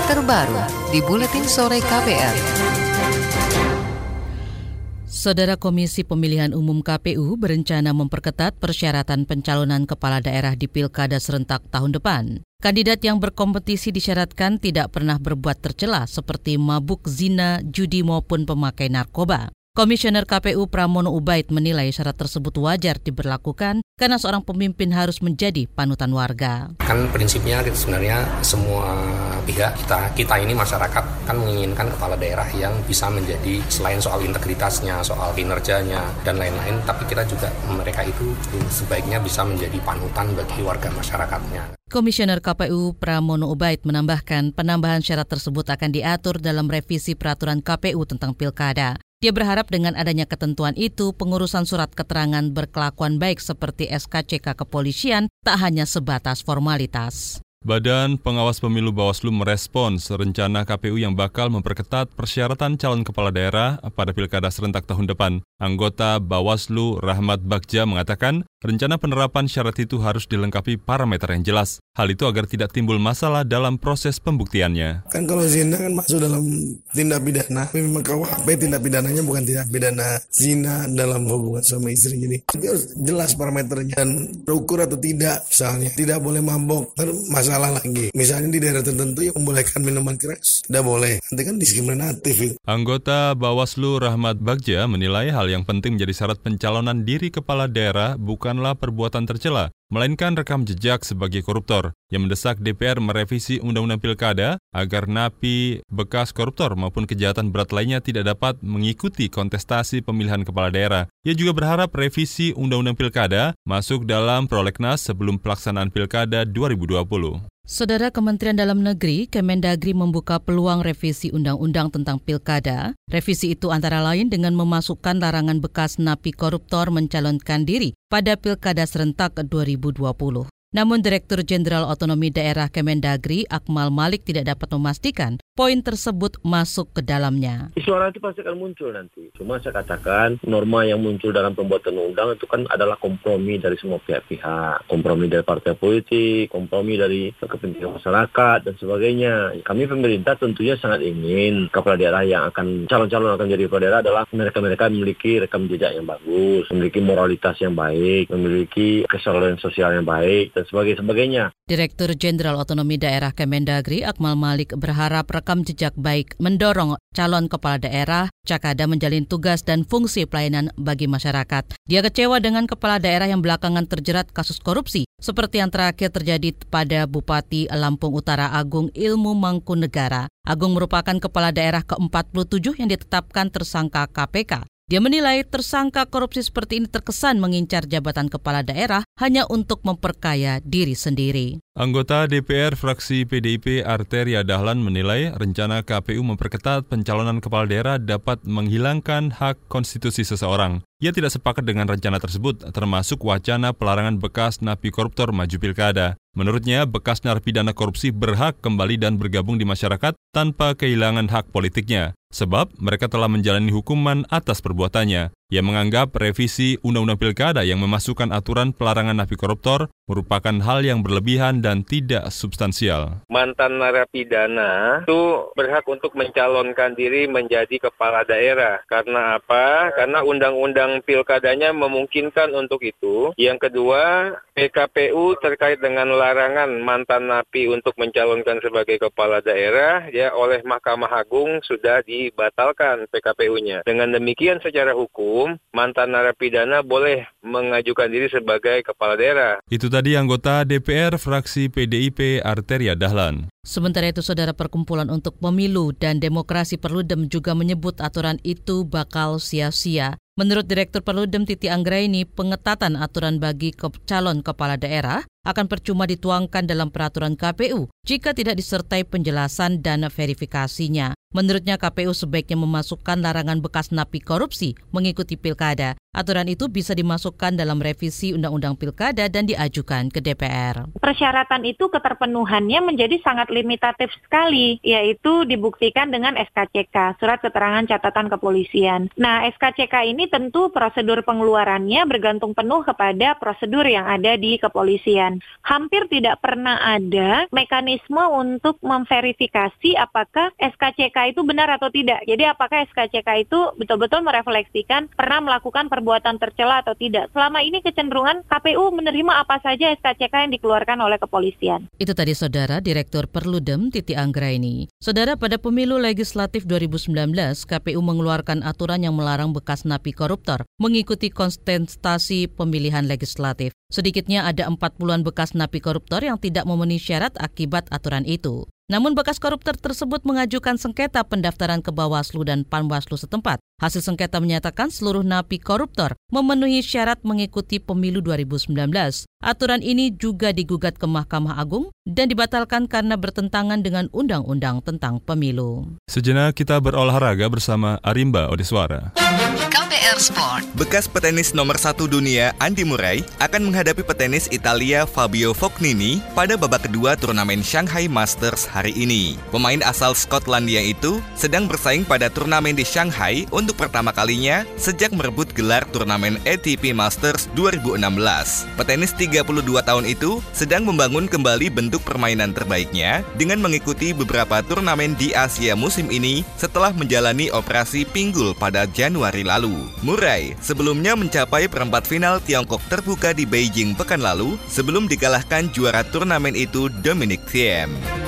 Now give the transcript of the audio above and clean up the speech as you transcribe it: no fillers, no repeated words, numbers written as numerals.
terbaru di Buletin Sore KPR. Saudara, Komisi Pemilihan Umum KPU berencana memperketat persyaratan pencalonan kepala daerah di Pilkada serentak tahun depan. Kandidat yang berkompetisi disyaratkan tidak pernah berbuat tercela seperti mabuk, zina, judi maupun pemakai narkoba. Komisioner KPU Pramono Ubaid menilai syarat tersebut wajar diberlakukan karena seorang pemimpin harus menjadi panutan warga. Kan prinsipnya sebenarnya semua pihak kita ini masyarakat kan menginginkan kepala daerah yang bisa menjadi selain soal integritasnya, soal kinerjanya dan lain-lain, tapi kita juga mereka itu sebaiknya bisa menjadi panutan bagi warga masyarakatnya. Komisioner KPU Pramono Ubaid menambahkan penambahan syarat tersebut akan diatur dalam revisi peraturan KPU tentang pilkada. Dia berharap dengan adanya ketentuan itu, pengurusan surat keterangan berkelakuan baik seperti SKCK kepolisian tak hanya sebatas formalitas. Badan Pengawas Pemilu Bawaslu merespons rencana KPU yang bakal memperketat persyaratan calon kepala daerah pada Pilkada serentak tahun depan. Anggota Bawaslu Rahmat Bagja mengatakan, rencana penerapan syarat itu harus dilengkapi parameter yang jelas. Hal itu agar tidak timbul masalah dalam proses pembuktiannya. Kan kalau zina kan masuk dalam tindak pidana. Memang KUHP tindak pidananya bukan tindak pidana zina dalam hubungan suami istri. Jadi harus jelas parameternya dan terukur atau tidak. Misalnya tidak boleh mabok, masalah lagi. Misalnya di daerah tertentu yang membolehkan minuman keras, tidak boleh. Nanti kan diskriminatif itu. Anggota Bawaslu Rahmat Bagja menilai hal yang penting menjadi syarat pencalonan diri kepala daerah bukanlah perbuatan tercela, melainkan rekam jejak sebagai koruptor. Yang mendesak DPR merevisi Undang-Undang Pilkada agar napi bekas koruptor maupun kejahatan berat lainnya tidak dapat mengikuti kontestasi pemilihan kepala daerah. Ia juga berharap revisi Undang-Undang Pilkada masuk dalam prolegnas sebelum pelaksanaan Pilkada 2020. Saudara, Kementerian Dalam Negeri, Kemendagri membuka peluang revisi Undang-Undang tentang Pilkada. Revisi itu antara lain dengan memasukkan larangan bekas napi koruptor mencalonkan diri pada Pilkada serentak 2020. Namun Direktur Jenderal Otonomi Daerah Kemendagri, Akmal Malik, tidak dapat memastikan poin tersebut masuk ke dalamnya. Suara itu pasti akan muncul nanti. Cuma saya katakan, norma yang muncul dalam pembuatan undang itu kan adalah kompromi dari semua pihak-pihak. Kompromi dari partai politik, kompromi dari kepentingan masyarakat, dan sebagainya. Kami pemerintah tentunya sangat ingin kepala daerah yang akan, calon-calon akan jadi kepala daerah adalah mereka-mereka memiliki rekam jejak yang bagus, memiliki moralitas yang baik, memiliki kesalahan sosial yang baik, dan sebagainya. Direktur Jenderal Otonomi Daerah Kemendagri, Akmal Malik, berharap rekam jejak baik mendorong calon kepala daerah Cakada menjalin tugas dan fungsi pelayanan bagi masyarakat. Dia kecewa dengan kepala daerah yang belakangan terjerat kasus korupsi, seperti yang terakhir terjadi pada Bupati Lampung Utara Agung Ilmu Mangkunegara. Agung merupakan kepala daerah ke-47 yang ditetapkan tersangka KPK. Dia menilai tersangka korupsi seperti ini terkesan mengincar jabatan kepala daerah hanya untuk memperkaya diri sendiri. Anggota DPR fraksi PDIP Arteria Dahlan menilai rencana KPU memperketat pencalonan kepala daerah dapat menghilangkan hak konstitusi seseorang. Ia tidak sepakat dengan rencana tersebut, termasuk wacana pelarangan bekas napi koruptor maju pilkada. Menurutnya, bekas narapidana korupsi berhak kembali dan bergabung di masyarakat tanpa kehilangan hak politiknya, sebab mereka telah menjalani hukuman atas perbuatannya. Ia menganggap revisi Undang-Undang Pilkada yang memasukkan aturan pelarangan napi koruptor merupakan hal yang berlebihan dan tidak substansial. Mantan narapidana itu berhak untuk mencalonkan diri menjadi kepala daerah. Karena apa? Karena Undang-Undang Pilkadanya memungkinkan untuk itu. Yang kedua, PKPU terkait dengan larangan mantan napi untuk mencalonkan sebagai kepala daerah, ya oleh Mahkamah Agung sudah dibatalkan PKPU-nya. Dengan demikian secara hukum, mantan narapidana boleh mengajukan diri sebagai kepala daerah. Itu tadi anggota DPR fraksi PDIP Arteria Dahlan. Sementara itu, Saudara, Perkumpulan untuk Pemilu dan Demokrasi Perludem juga menyebut aturan itu bakal sia-sia. Menurut Direktur Perludem Titi Anggraini, pengetatan aturan bagi calon kepala daerah akan percuma dituangkan dalam peraturan KPU jika tidak disertai penjelasan dan verifikasinya. Menurutnya, KPU sebaiknya memasukkan larangan bekas napi korupsi mengikuti pilkada. Aturan itu bisa dimasukkan dalam revisi Undang-Undang Pilkada dan diajukan ke DPR. Persyaratan itu keterpenuhannya menjadi sangat limitatif sekali, yaitu dibuktikan dengan SKCK, Surat Keterangan Catatan Kepolisian. Nah, SKCK ini tentu prosedur pengeluarannya bergantung penuh kepada prosedur yang ada di kepolisian. Hampir tidak pernah ada mekanisme untuk memverifikasi apakah SKCK itu benar atau tidak. Jadi apakah SKCK itu betul-betul merefleksikan pernah melakukan perbuatan tercela atau tidak. Selama ini kecenderungan KPU menerima apa saja SKCK yang dikeluarkan oleh kepolisian. Itu tadi Saudara Direktur Perludem Titi Anggraini. Saudara, pada pemilu legislatif 2019, KPU mengeluarkan aturan yang melarang bekas napi koruptor mengikuti kontestasi pemilihan legislatif. Sedikitnya ada 40-an bekas napi koruptor yang tidak memenuhi syarat akibat aturan itu. Namun bekas koruptor tersebut mengajukan sengketa pendaftaran ke Bawaslu dan Panwaslu setempat. Hasil sengketa menyatakan seluruh napi koruptor memenuhi syarat mengikuti pemilu 2019. Aturan ini juga digugat ke Mahkamah Agung dan dibatalkan karena bertentangan dengan Undang-Undang tentang Pemilu. Sejenak kita berolahraga bersama Arimba Odeswara. KBR Sport. Bekas petenis nomor 1 dunia Andy Murray akan menghadapi petenis Italia Fabio Fognini pada babak kedua turnamen Shanghai Masters hari ini. Pemain asal Skotlandia itu sedang bersaing pada turnamen di Shanghai untuk pertama kalinya sejak merebut gelar turnamen ATP Masters 2016. Petenis 32 tahun itu sedang membangun kembali bentuk permainan terbaiknya dengan mengikuti beberapa turnamen di Asia musim ini setelah menjalani operasi pinggul pada Januari lalu. Murray sebelumnya mencapai perempat final Tiongkok terbuka di Beijing pekan lalu sebelum dikalahkan juara turnamen itu Dominic Thiem.